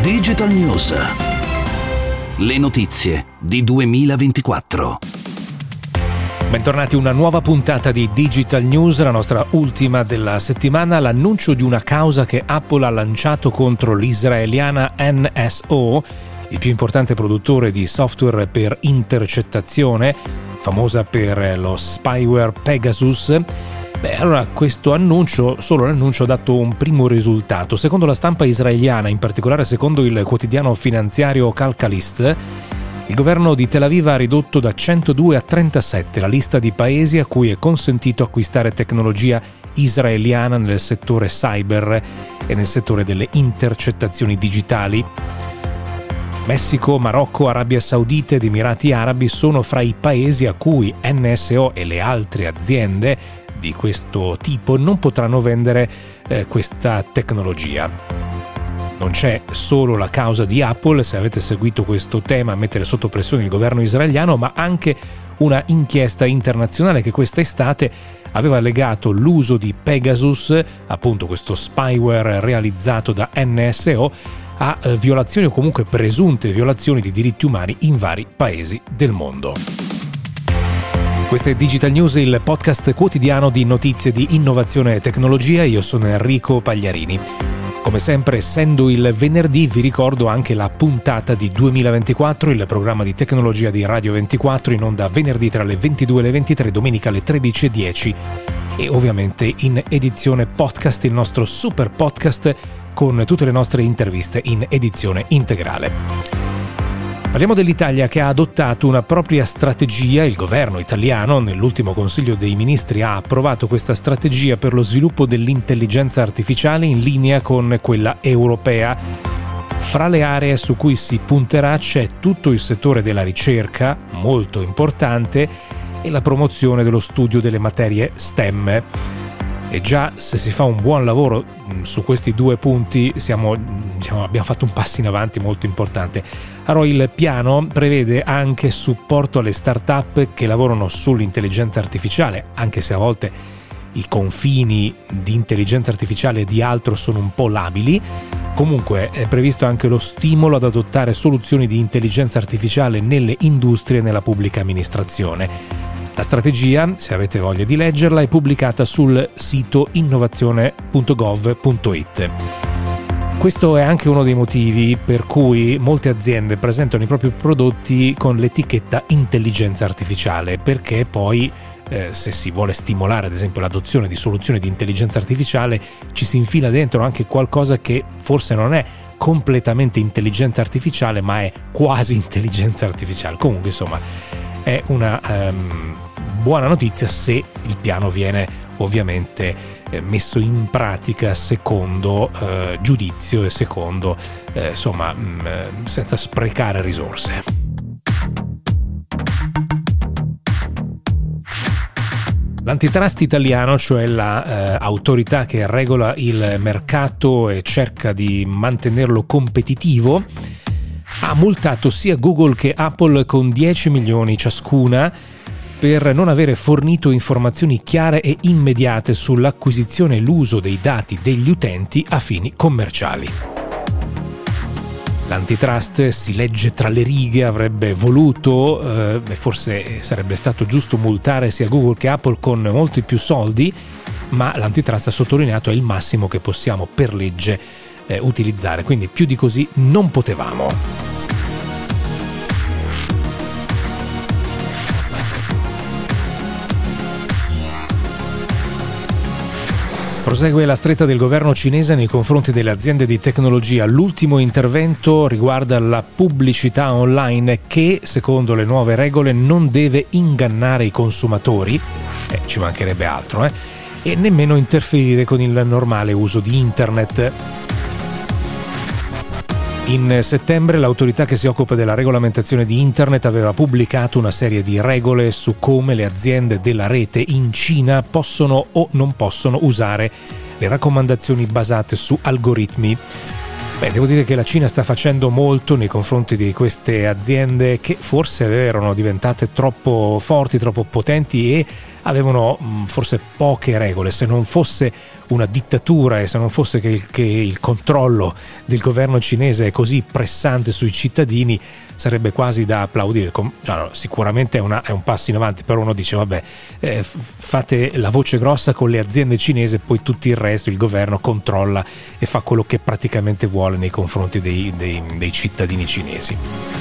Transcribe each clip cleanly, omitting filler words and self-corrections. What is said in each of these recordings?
Digital News. Le notizie di 2024. Bentornati, una nuova puntata di Digital News, la nostra ultima della settimana. L'annuncio di una causa che Apple ha lanciato contro l'israeliana NSO, il più importante produttore di software per intercettazione, famosa per lo spyware Pegasus. Allora questo annuncio, solo l'annuncio, ha dato un primo risultato. Secondo la stampa israeliana, in particolare secondo il quotidiano finanziario Calcalist, il governo di Tel Aviv ha ridotto da 102 a 37 la lista di paesi a cui è consentito acquistare tecnologia israeliana nel settore cyber e nel settore delle intercettazioni digitali. Messico, Marocco, Arabia Saudita ed Emirati Arabi sono fra i paesi a cui NSO e le altre aziende di questo tipo non potranno vendere questa tecnologia. Non c'è solo la causa di Apple, se avete seguito questo tema, a mettere sotto pressione il governo israeliano, ma anche una inchiesta internazionale che quest'estate aveva legato l'uso di Pegasus, appunto questo spyware realizzato da NSO, a violazioni o comunque presunte violazioni di diritti umani in vari paesi del mondo. Questo è Digital News, il podcast quotidiano di notizie di innovazione e tecnologia. Io sono Enrico Pagliarini. Come sempre, essendo il venerdì, vi ricordo anche la puntata di 2024, il programma di tecnologia di Radio 24, in onda venerdì tra le 22 e le 23, domenica alle 13:10 e ovviamente in edizione podcast, il nostro super podcast con tutte le nostre interviste in edizione integrale. Parliamo dell'Italia, che ha adottato una propria strategia. Il governo italiano nell'ultimo Consiglio dei Ministri ha approvato questa strategia per lo sviluppo dell'intelligenza artificiale in linea con quella europea. Fra le aree su cui si punterà c'è tutto il settore della ricerca, molto importante, e la promozione dello studio delle materie STEM. E già se si fa un buon lavoro su questi due punti abbiamo fatto un passo in avanti molto importante. Allora il piano prevede anche supporto alle start-up che lavorano sull'intelligenza artificiale, anche se a volte i confini di intelligenza artificiale e di altro sono un po' labili. Comunque è previsto anche lo stimolo ad adottare soluzioni di intelligenza artificiale nelle industrie e nella pubblica amministrazione. La strategia, se avete voglia di leggerla, è pubblicata sul sito innovazione.gov.it. Questo è anche uno dei motivi per cui molte aziende presentano i propri prodotti con l'etichetta intelligenza artificiale, perché poi se si vuole stimolare ad esempio l'adozione di soluzioni di intelligenza artificiale ci si infila dentro anche qualcosa che forse non è completamente intelligenza artificiale, ma è quasi intelligenza artificiale. Comunque insomma è una buona notizia se il piano viene ovviamente messo in pratica secondo giudizio e secondo senza sprecare risorse. L'antitrust italiano, cioè l'autorità che regola il mercato e cerca di mantenerlo competitivo, ha multato sia Google che Apple con 10 milioni ciascuna per non avere fornito informazioni chiare e immediate sull'acquisizione e l'uso dei dati degli utenti a fini commerciali. L'antitrust, si legge tra le righe, avrebbe voluto, forse sarebbe stato giusto multare sia Google che Apple con molti più soldi, ma l'antitrust ha sottolineato è il massimo che possiamo per legge utilizzare, quindi più di così non potevamo. Prosegue la stretta del governo cinese nei confronti delle aziende di tecnologia. L'ultimo intervento riguarda la pubblicità online che, secondo le nuove regole, non deve ingannare i consumatori, ci mancherebbe altro, e nemmeno interferire con il normale uso di internet. In settembre l'autorità che si occupa della regolamentazione di internet aveva pubblicato una serie di regole su come le aziende della rete in Cina possono o non possono usare le raccomandazioni basate su algoritmi. Devo dire che la Cina sta facendo molto nei confronti di queste aziende che forse erano diventate troppo forti, troppo potenti e avevano forse poche regole. Se non fosse una dittatura e se non fosse che il controllo del governo cinese è così pressante sui cittadini, sarebbe quasi da applaudire. Sicuramente è un passo in avanti, però uno dice vabbè, fate la voce grossa con le aziende cinesi, poi tutto il resto il governo controlla e fa quello che praticamente vuole nei confronti dei cittadini cinesi.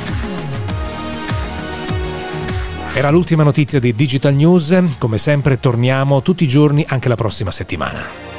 Era l'ultima notizia di Digital News. Come sempre torniamo tutti i giorni anche la prossima settimana.